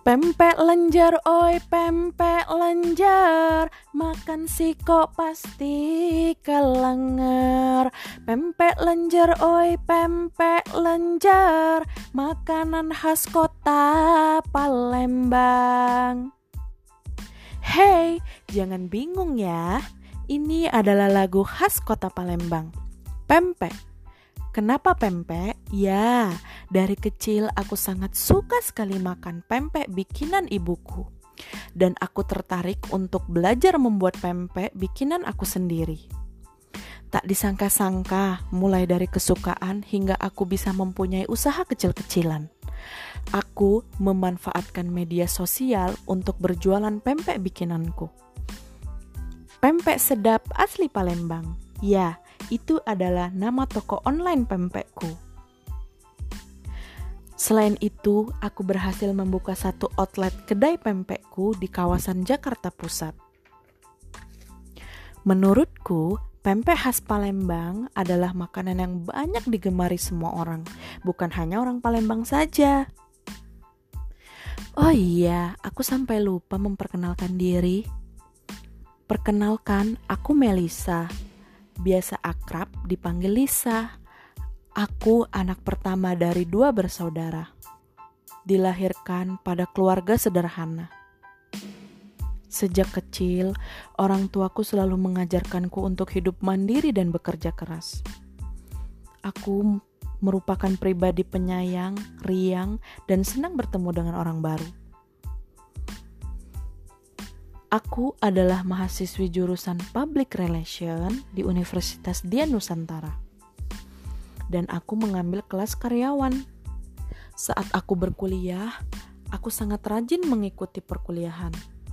Pempek lenjer, oi pempek lenjer, makan siko pasti kelenger. Pempek lenjer, oi pempek lenjer, makanan khas kota Palembang. Hey, jangan bingung ya, ini adalah lagu khas kota Palembang, Pempek. Kenapa pempek? Ya, dari kecil aku sangat suka sekali makan pempek bikinan ibuku. Dan aku tertarik untuk belajar membuat pempek bikinan aku sendiri. Tak disangka-sangka, mulai dari kesukaan hingga aku bisa mempunyai usaha kecil-kecilan. Aku memanfaatkan media sosial untuk berjualan pempek bikinanku. Pempek sedap asli Palembang. Ya, itu adalah nama toko online pempekku. Selain itu, aku berhasil membuka satu outlet kedai pempekku di kawasan Jakarta Pusat. Menurutku, pempek khas Palembang adalah makanan yang banyak digemari semua orang, bukan hanya orang Palembang saja. Oh iya, aku sampai lupa memperkenalkan diri. Perkenalkan, aku Melisa. Biasa akrab dipanggil Lisa. Aku anak pertama dari 2 bersaudara. Dilahirkan pada keluarga sederhana. Sejak kecil, orang tuaku selalu mengajarkanku untuk hidup mandiri dan bekerja keras. Aku merupakan pribadi penyayang, riang, dan senang bertemu dengan orang baru. Aku adalah mahasiswi jurusan Public Relation di Universitas Dian Nusantara. Dan aku mengambil kelas karyawan. Saat aku berkuliah, aku sangat rajin mengikuti perkuliahan.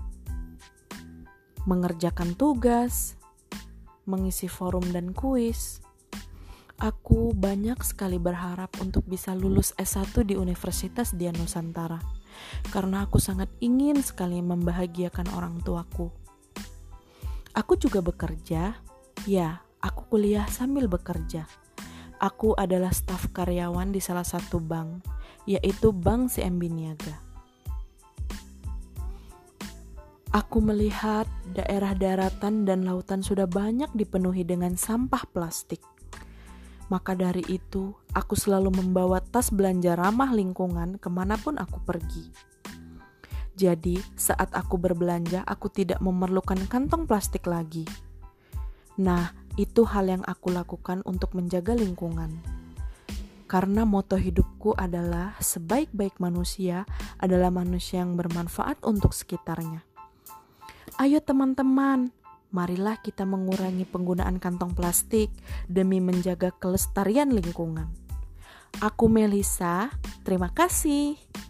Mengerjakan tugas, mengisi forum dan kuis. Aku banyak sekali berharap untuk bisa lulus S1 di Universitas Dian Nusantara. Karena aku sangat ingin sekali membahagiakan orang tuaku. Aku juga bekerja. Ya, aku kuliah sambil bekerja. Aku adalah staf karyawan di salah satu bank, yaitu Bank CMB Niaga. Aku melihat daerah daratan dan lautan sudah banyak dipenuhi dengan sampah plastik. Maka dari itu, aku selalu membawa tas belanja ramah lingkungan kemanapun aku pergi. Jadi, saat aku berbelanja, aku tidak memerlukan kantong plastik lagi. Nah, itu hal yang aku lakukan untuk menjaga lingkungan. Karena moto hidupku adalah sebaik-baik manusia adalah manusia yang bermanfaat untuk sekitarnya. Ayo teman-teman, marilah kita mengurangi penggunaan kantong plastik demi menjaga kelestarian lingkungan. Aku Melisa, terima kasih.